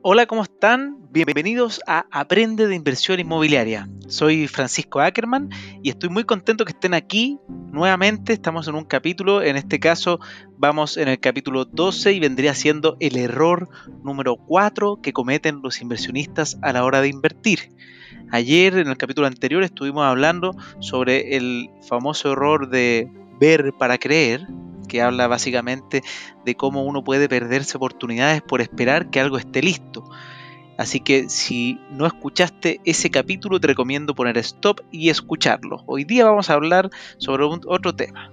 Hola, ¿cómo están? Bienvenidos a Aprende de Inversión Inmobiliaria. Soy Francisco Ackerman y estoy muy contento que estén aquí nuevamente. Estamos en un capítulo, en este caso vamos en el capítulo 12 y vendría siendo el error número 4 que cometen los inversionistas a la hora de invertir. Ayer, en el capítulo anterior, estuvimos hablando sobre el famoso error de ver para creer, que habla básicamente de cómo uno puede perderse oportunidades por esperar que algo esté listo. Así que si no escuchaste ese capítulo, te recomiendo poner stop y escucharlo. Hoy día vamos a hablar sobre otro tema.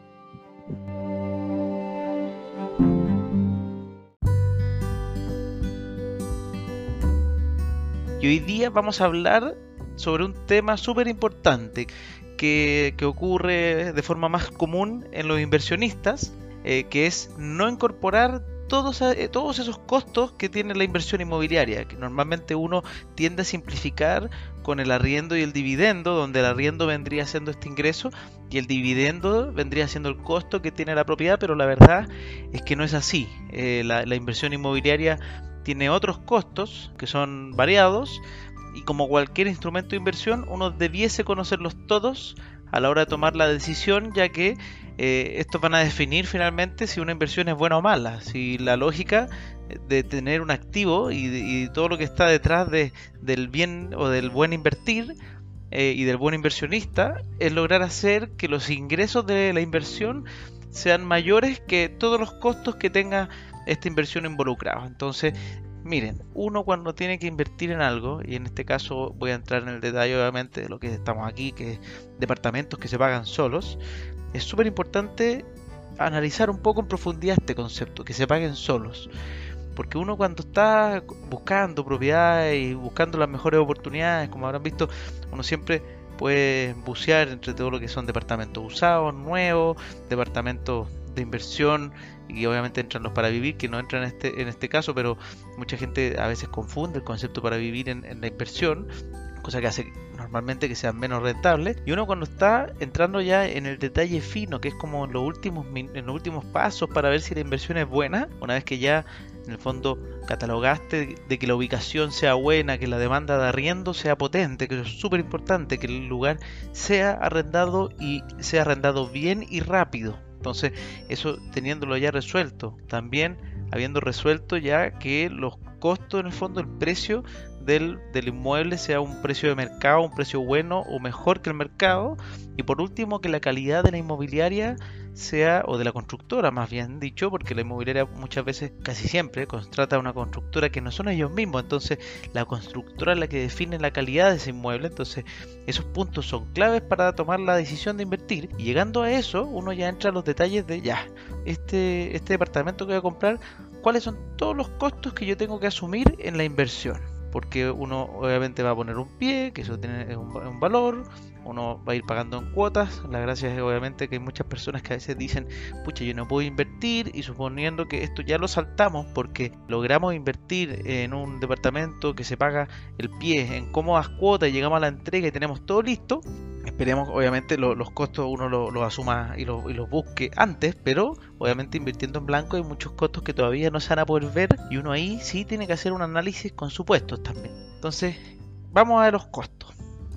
Y hoy día vamos a hablar sobre un tema súper importante que ocurre de forma más común en los inversionistas, que es no incorporar todos esos costos que tiene la inversión inmobiliaria, que normalmente uno tiende a simplificar con el arriendo y el dividendo, donde el arriendo vendría siendo este ingreso y el dividendo vendría siendo el costo que tiene la propiedad, pero la verdad es que no es así. La inversión inmobiliaria tiene otros costos que son variados y como cualquier instrumento de inversión uno debiese conocerlos todos a la hora de tomar la decisión, ya que estos van a definir finalmente si una inversión es buena o mala, si la lógica de tener un activo y todo lo que está detrás del bien o del buen invertir y del buen inversionista es lograr hacer que los ingresos de la inversión sean mayores que todos los costos que tenga esta inversión involucrada. Entonces, miren, uno cuando tiene que invertir en algo, y en este caso voy a entrar en el detalle obviamente de lo que estamos aquí, que es departamentos que se pagan solos, es súper importante analizar un poco en profundidad este concepto, que se paguen solos. Porque uno cuando está buscando propiedades y buscando las mejores oportunidades, como habrán visto, uno siempre puede bucear entre todo lo que son departamentos usados, nuevos, departamentos de inversión, y obviamente entran los para vivir, que no entran en este caso, pero mucha gente a veces confunde el concepto para vivir en la inversión, cosa que hace normalmente que sean menos rentables. Y uno cuando está entrando ya en el detalle fino, que es como en los últimos pasos para ver si la inversión es buena, una vez que ya en el fondo catalogaste de que la ubicación sea buena, que la demanda de arriendo sea potente, que es súper importante, que el lugar sea arrendado y sea arrendado bien y rápido. Entonces, eso teniéndolo ya resuelto, también habiendo resuelto ya que los costos, en el fondo, el precio del inmueble sea un precio de mercado, un precio bueno o mejor que el mercado, y por último que la calidad de la inmobiliaria sea, o de la constructora más bien dicho, porque la inmobiliaria muchas veces, casi siempre, contrata a una constructora que no son ellos mismos, entonces la constructora es la que define la calidad de ese inmueble. Entonces esos puntos son claves para tomar la decisión de invertir, y llegando a eso uno ya entra a los detalles de ya, este departamento que voy a comprar, cuáles son todos los costos que yo tengo que asumir en la inversión, porque uno obviamente va a poner un pie, que eso tiene un valor, uno va a ir pagando en cuotas. La gracia es obviamente que hay muchas personas que a veces dicen, pucha, yo no puedo invertir, y suponiendo que esto ya lo saltamos porque logramos invertir en un departamento que se paga el pie en cómodas cuotas y llegamos a la entrega y tenemos todo listo, esperemos obviamente los costos uno los asuma y los busque antes, pero obviamente invirtiendo en blanco hay muchos costos que todavía no se van a poder ver, y uno ahí sí tiene que hacer un análisis con supuestos también. Entonces vamos a ver los costos.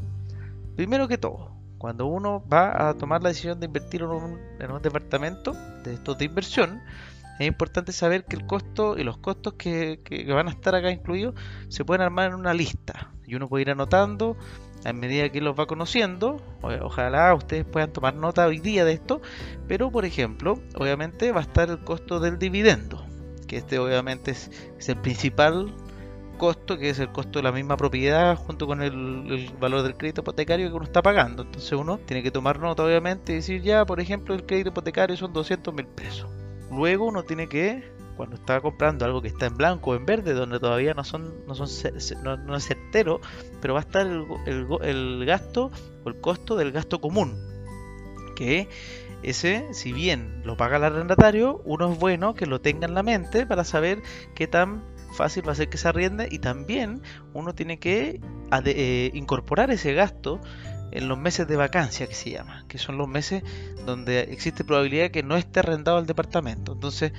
Primero que todo, cuando uno va a tomar la decisión de invertir en un departamento de estos de inversión, es importante saber que el costo y los costos que van a estar acá incluidos se pueden armar en una lista, y uno puede ir anotando a medida que los va conociendo. Ojalá ustedes puedan tomar nota hoy día de esto, pero por ejemplo, obviamente va a estar el costo del dividendo, que este obviamente es el principal costo, que es el costo de la misma propiedad junto con el valor del crédito hipotecario que uno está pagando. Entonces uno tiene que tomar nota obviamente y decir, ya por ejemplo el crédito hipotecario son 200.000 pesos. Luego uno tiene que, cuando está comprando algo que está en blanco o en verde, donde todavía no es certero, pero va a estar el gasto o el costo del gasto común, que ese, si bien lo paga el arrendatario, uno es bueno que lo tenga en la mente para saber qué tan fácil va a ser que se arriende, y también uno tiene que incorporar ese gasto en los meses de vacancia, que se llama, que son los meses donde existe probabilidad de que no esté arrendado el departamento. Entonces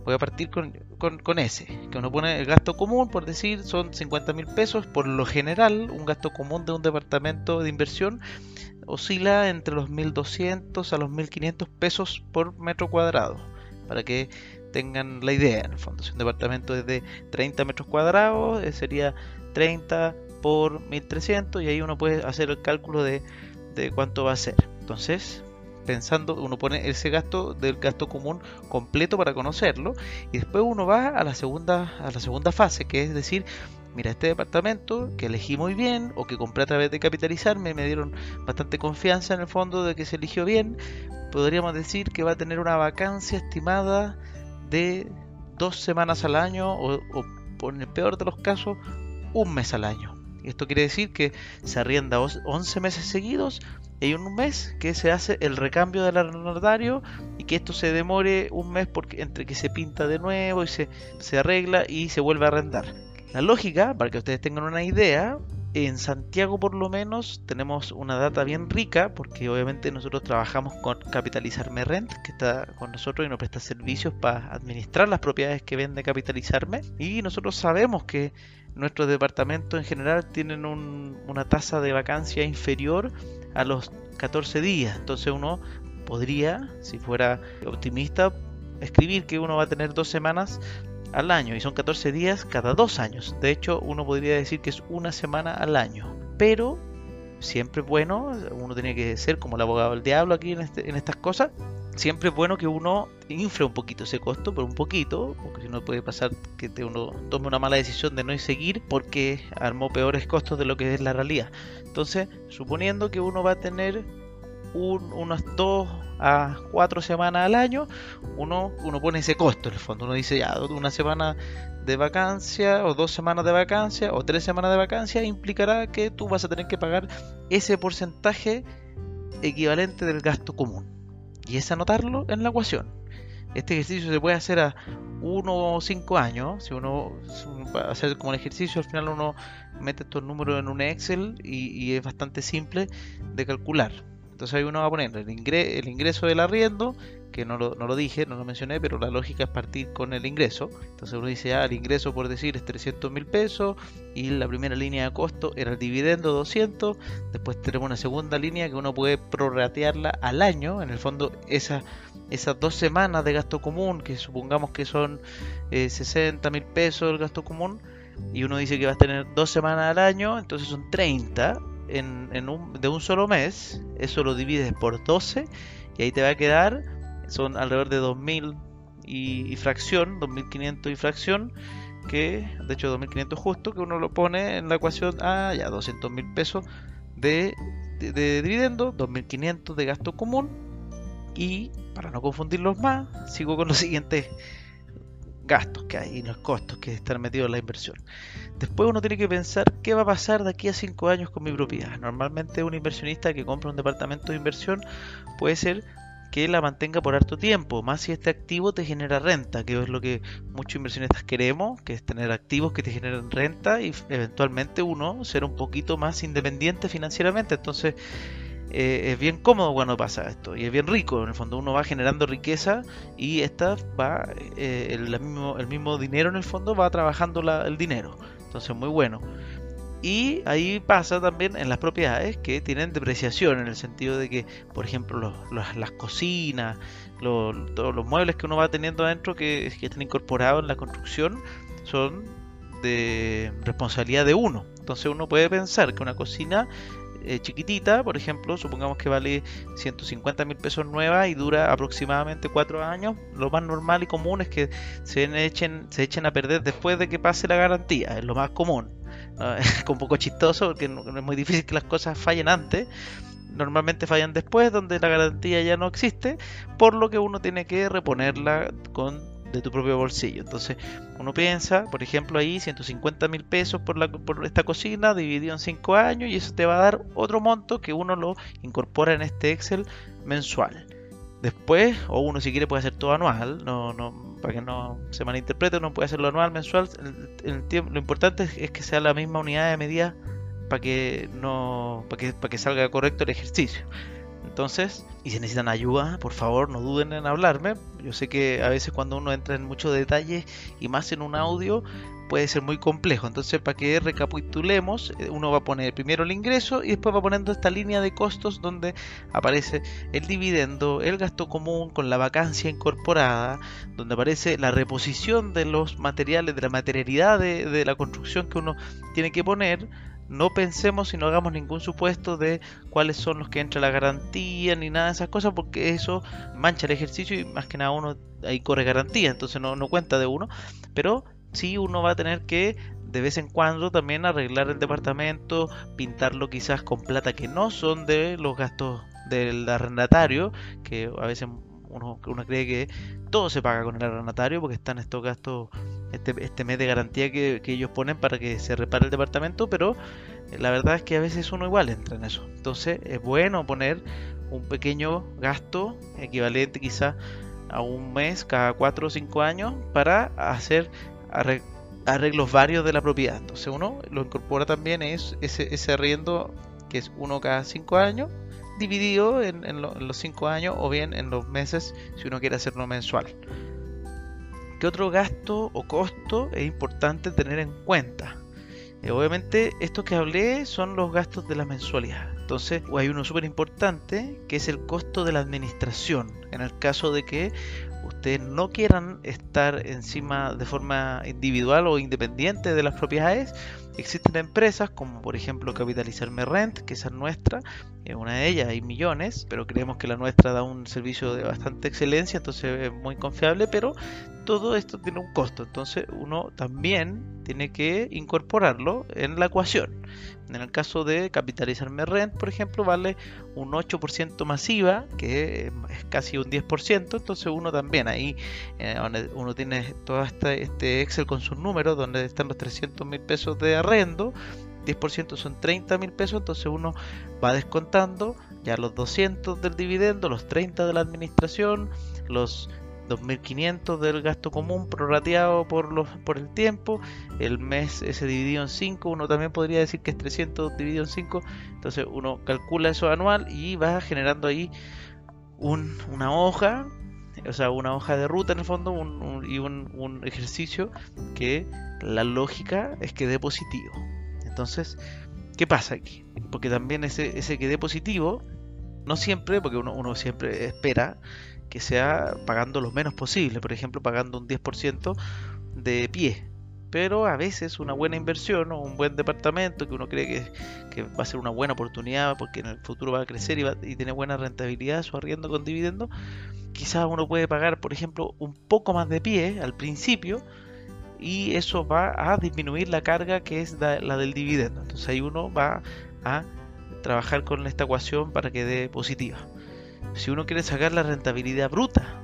Voy a partir con ese, que uno pone el gasto común, por decir, son 50.000 pesos. Por lo general, un gasto común de un departamento de inversión oscila entre los 1.200 a los 1.500 pesos por metro cuadrado, para que tengan la idea. En el fondo, si un departamento es de 30 metros cuadrados, sería 30 por 1.300, y ahí uno puede hacer el cálculo de cuánto va a ser. Entonces, pensando, uno pone ese gasto del gasto común completo para conocerlo, y después uno va a la segunda fase, que es decir, mira, este departamento que elegí muy bien, o que compré a través de Capitalizarme, me dieron bastante confianza en el fondo de que se eligió bien, podríamos decir que va a tener una vacancia estimada de 2 semanas al año, o en el peor de los casos, un mes al año. Esto quiere decir que se arrienda 11 meses seguidos, y hay un mes que se hace el recambio del arrendatario, y que esto se demore un mes porque entre que se pinta de nuevo y se arregla y se vuelve a arrendar. La lógica, para que ustedes tengan una idea, en Santiago por lo menos tenemos una data bien rica, porque obviamente nosotros trabajamos con Capitalizarme Rent, que está con nosotros y nos presta servicios para administrar las propiedades que vende Capitalizarme, y nosotros sabemos que nuestros departamentos en general tienen una tasa de vacancia inferior a los 14 días. Entonces uno podría, si fuera optimista, escribir que uno va a tener 2 semanas al año, y son 14 días cada 2 años. De hecho, uno podría decir que es una semana al año. Pero siempre es bueno, uno tiene que ser como el abogado del diablo aquí en estas cosas. Siempre es bueno que uno infle un poquito ese costo, pero un poquito, porque si no puede pasar que uno tome una mala decisión de no seguir porque armó peores costos de lo que es la realidad. Entonces, suponiendo que uno va a tener unas 2 a 4 semanas al año, uno pone ese costo en el fondo. Uno dice, ya, una semana de vacancia, o 2 semanas de vacancia, o 3 semanas de vacancia, implicará que tú vas a tener que pagar ese porcentaje equivalente del gasto común. Y es anotarlo en la ecuación. Este ejercicio se puede hacer a 1 o 5 años. Si uno va a hacer como el ejercicio, al final uno mete estos números en un Excel, y es bastante simple de calcular. Entonces ahí uno va a poner el ingreso del arriendo, que no lo dije, no lo mencioné, pero la lógica es partir con el ingreso. Entonces uno dice, el ingreso, por decir, es 300.000 pesos, y la primera línea de costo era el dividendo, 200. Después tenemos una segunda línea que uno puede prorratearla al año. En el fondo, esas 2 semanas de gasto común, que supongamos que son 60.000 pesos el gasto común, y uno dice que va a tener 2 semanas al año, entonces son 30 de un solo mes. Eso lo divides por 12, y ahí te va a quedar, son alrededor de 2.000 y fracción, 2.500 y fracción, que de hecho 2.500 justo, que uno lo pone en la ecuación, ya 200.000 pesos de dividendo, 2.500 de gasto común, y para no confundirlos más, sigo con los siguientes gastos que hay y los costos que están metidos en la inversión. Después uno tiene que pensar qué va a pasar de aquí a 5 años con mi propiedad. Normalmente un inversionista que compra un departamento de inversión puede ser que la mantenga por harto tiempo, más si este activo te genera renta, que es lo que muchos inversionistas queremos, que es tener activos que te generen renta, y eventualmente uno ser un poquito más independiente financieramente. Entonces es bien cómodo cuando pasa esto, y es bien rico. En el fondo uno va generando riqueza, y esta va el mismo dinero en el fondo va trabajando el dinero. Entonces muy bueno. Y ahí pasa también en las propiedades que tienen depreciación, en el sentido de que, por ejemplo, las cocinas, todos los muebles que uno va teniendo adentro que están incorporados en la construcción, son de responsabilidad de uno. Entonces uno puede pensar que una cocina chiquitita, por ejemplo, supongamos que vale 150.000 pesos nueva y dura aproximadamente 4 años, lo más normal y común es que se echen a perder después de que pase la garantía, es lo más común. Es un poco chistoso porque no es muy difícil que las cosas fallen antes. Normalmente fallan después, donde la garantía ya no existe, por lo que uno tiene que reponerla de tu propio bolsillo. Entonces uno piensa, por ejemplo, ahí 150.000 pesos por esta cocina dividido en 5 años, y eso te va a dar otro monto que uno lo incorpora en este Excel mensual. Después, o uno si quiere puede hacer todo anual, para que no se malinterprete, uno puede hacerlo anual, mensual. Lo importante es que sea la misma unidad de medida para que salga correcto el ejercicio. Entonces, y si necesitan ayuda, por favor no duden en hablarme. Yo sé que a veces cuando uno entra en muchos detalles y más en un audio puede ser muy complejo. Entonces, para que recapitulemos, uno va a poner primero el ingreso y después va poniendo esta línea de costos donde aparece el dividendo, el gasto común con la vacancia incorporada, donde aparece la reposición de los materiales, de la materialidad de la construcción que uno tiene que poner. No pensemos y no hagamos ningún supuesto de cuáles son los que entra la garantía ni nada de esas cosas, porque eso mancha el ejercicio y más que nada uno ahí corre garantía, entonces no cuenta de uno. Pero sí, uno va a tener que de vez en cuando también arreglar el departamento, pintarlo quizás con plata que no son de los gastos del arrendatario, que a veces uno cree que todo se paga con el arrendatario porque están estos gastos, este mes de garantía que ellos ponen para que se repare el departamento, pero la verdad es que a veces uno igual entra en eso. Entonces es bueno poner un pequeño gasto equivalente quizás a un mes cada 4 o 5 años para hacer arreglos varios de la propiedad. Entonces uno lo incorpora también ese arriendo que es uno cada 5 años, dividido en los 5 años o bien en los meses si uno quiere hacerlo mensual. ¿Qué otro gasto o costo es importante tener en cuenta? Obviamente estos que hablé son los gastos de la mensualidad. Entonces hay uno súper importante que es el costo de la administración. En el caso de que ustedes no quieran estar encima de forma individual o independiente de las propiedades, existen empresas como por ejemplo Capitalizarme Rent, que esa es nuestra, una de ellas, hay millones, pero creemos que la nuestra da un servicio de bastante excelencia, entonces es muy confiable, pero todo esto tiene un costo, entonces uno también tiene que incorporarlo en la ecuación. En el caso de Capitalizarme Rent, por ejemplo, vale un 8% masiva, que es casi un 10%, entonces uno también ahí, uno tiene todo este Excel con sus números, donde están los 300.000 pesos de arrendo, 10% son 30.000 pesos, entonces uno va descontando ya los 200 del dividendo, los 30 de la administración, los 2.500 del gasto común prorrateado por el tiempo, el mes ese dividido en 5, uno también podría decir que es 300 dividido en 5, entonces uno calcula eso anual y va generando ahí una hoja, o sea, una hoja de ruta en el fondo, un ejercicio que la lógica es que dé positivo. Entonces, ¿qué pasa aquí? Porque también ese que dé positivo, no siempre, porque uno siempre espera que sea pagando lo menos posible, por ejemplo, pagando un 10% de pie. Pero a veces una buena inversión o un buen departamento que uno cree que va a ser una buena oportunidad porque en el futuro va a crecer y tiene buena rentabilidad su arriendo con dividendo, quizás uno puede pagar, por ejemplo, un poco más de pie al principio y eso va a disminuir la carga que es la del dividendo. Entonces ahí uno va a trabajar con esta ecuación para que dé positiva. Si uno quiere sacar la rentabilidad bruta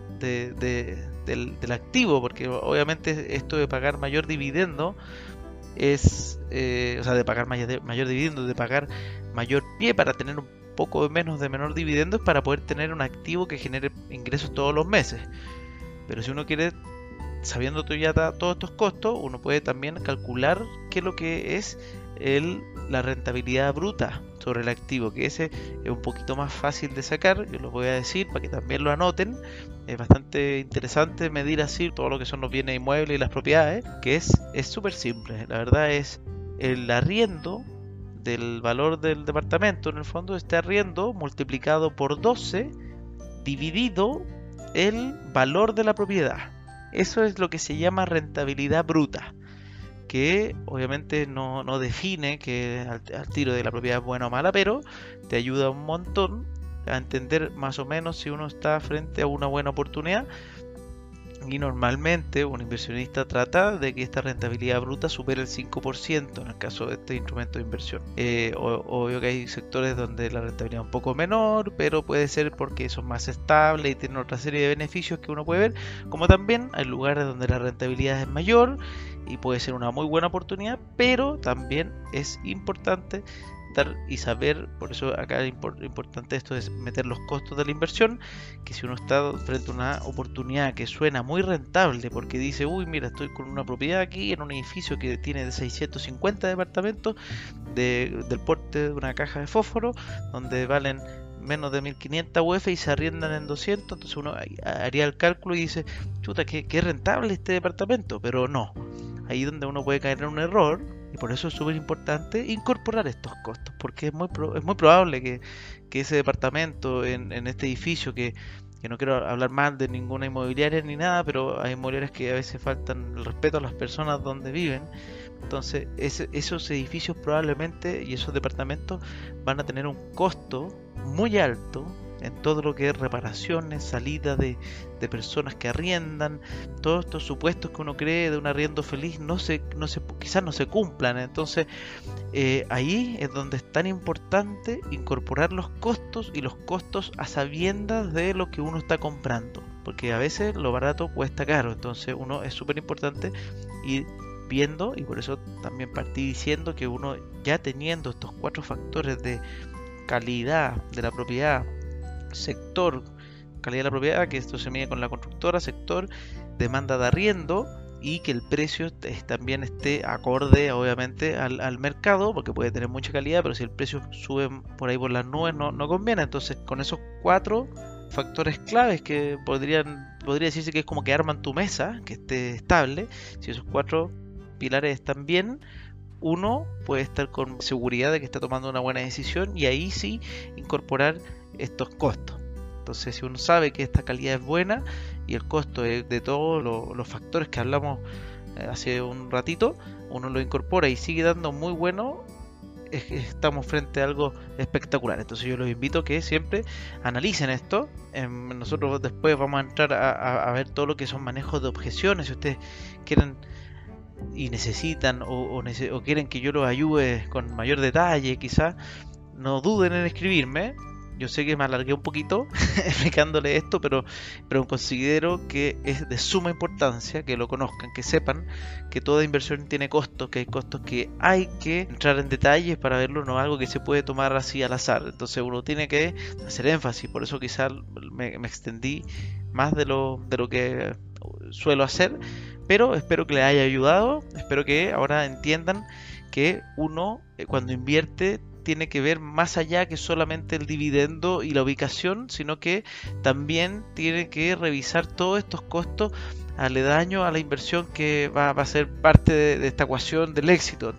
del activo, porque obviamente esto de pagar mayor dividendo es, o sea, de pagar mayor dividendo, de pagar mayor pie para tener un poco menos de menor dividendo, es para poder tener un activo que genere ingresos todos los meses. Pero si uno quiere, sabiendo ya todos estos costos, uno puede también calcular qué es lo que es la rentabilidad bruta sobre el activo, que ese es un poquito más fácil de sacar, yo lo voy a decir para que también lo anoten. Es bastante interesante medir así todo lo que son los bienes inmuebles y las propiedades, que es súper simple. La verdad es el arriendo del valor del departamento, en el fondo este arriendo multiplicado por 12 dividido el valor de la propiedad. Eso es lo que se llama rentabilidad bruta, que obviamente no define que al tiro de la propiedad es buena o mala, pero te ayuda un montón a entender más o menos si uno está frente a una buena oportunidad. Y normalmente un inversionista trata de que esta rentabilidad bruta supere el 5% en el caso de este instrumento de inversión. Obvio que hay sectores donde la rentabilidad es un poco menor, pero puede ser porque son más estables y tienen otra serie de beneficios que uno puede ver, como también hay lugares donde la rentabilidad es mayor y puede ser una muy buena oportunidad, pero también es importante y saber, por eso acá es importante esto es meter los costos de la inversión, que si uno está frente a una oportunidad que suena muy rentable porque dice, uy, mira, estoy con una propiedad aquí en un edificio que tiene de 650 departamentos del porte de una caja de fósforo, donde valen menos de 1500 UF y se arriendan en 200, entonces uno haría el cálculo y dice, chuta, qué rentable este departamento, pero no. Ahí es donde uno puede caer en un error, y por eso es súper importante incorporar estos costos, porque es muy probable que ese departamento en este edificio, que no quiero hablar mal de ninguna inmobiliaria ni nada, pero hay inmobiliarias que a veces faltan el respeto a las personas donde viven. Entonces esos edificios probablemente y esos departamentos van a tener un costo muy alto en todo lo que es reparaciones, salida de personas que arriendan, todos estos supuestos que uno cree de un arriendo feliz quizás no se cumplan. Entonces ahí es donde es tan importante incorporar los costos, y los costos a sabiendas de lo que uno está comprando, porque a veces lo barato cuesta caro. Entonces uno es súper importante ir viendo, y por eso también partí diciendo que uno, ya teniendo estos 4 factores de calidad de la propiedad, sector, calidad de la propiedad, que esto se mide con la constructora, sector, demanda de arriendo, y que el precio también esté acorde obviamente al mercado, porque puede tener mucha calidad, pero si el precio sube por ahí por las nubes no conviene. Entonces con esos 4 factores claves que podría decirse que es como que arman tu mesa, que esté estable, si esos 4 pilares están bien, uno puede estar con seguridad de que está tomando una buena decisión, y ahí sí incorporar estos costos. Entonces, si uno sabe que esta calidad es buena y el costo es de todos los factores que hablamos hace un ratito, uno lo incorpora y sigue dando muy bueno, estamos frente a algo espectacular. Entonces yo los invito a que siempre analicen esto. Nosotros después vamos a entrar a ver todo lo que son manejos de objeciones. Si ustedes quieren y necesitan o quieren que yo los ayude con mayor detalle, quizás, no duden en escribirme. Yo sé que me alargué un poquito explicándole esto, pero considero que es de suma importancia que lo conozcan, que sepan que toda inversión tiene costos, que hay costos que hay que entrar en detalles para verlo, no es algo que se puede tomar así al azar. Entonces uno tiene que hacer énfasis, por eso quizás me extendí más de lo que suelo hacer, pero espero que les haya ayudado. Espero que ahora entiendan que uno cuando invierte tiene que ver más allá que solamente el dividendo y la ubicación, sino que también tiene que revisar todos estos costos aledaños a la inversión que va a ser parte de esta ecuación del éxito.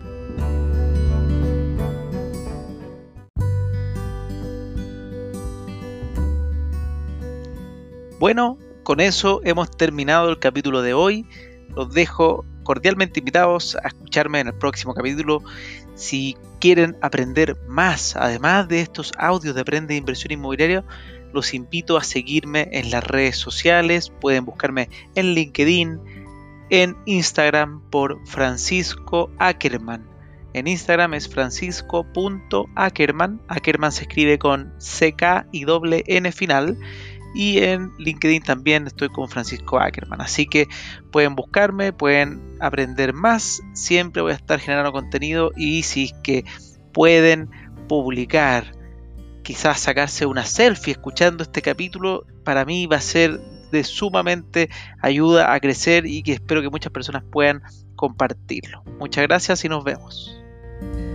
Bueno, con eso hemos terminado el capítulo de hoy. Los dejo cordialmente invitados a escucharme en el próximo capítulo. Si quieren aprender más, además de estos audios de Aprende Inversión Inmobiliaria, los invito a seguirme en las redes sociales. Pueden buscarme en LinkedIn, en Instagram por Francisco Ackerman. En Instagram es francisco.ackerman. Ackerman se escribe con CK y doble N final. Y en LinkedIn también estoy con Francisco Ackerman. Así que pueden buscarme, pueden aprender más. Siempre voy a estar generando contenido, y si es que pueden publicar, quizás sacarse una selfie escuchando este capítulo, para mí va a ser de sumamente ayuda a crecer, y que espero que muchas personas puedan compartirlo. Muchas gracias y nos vemos.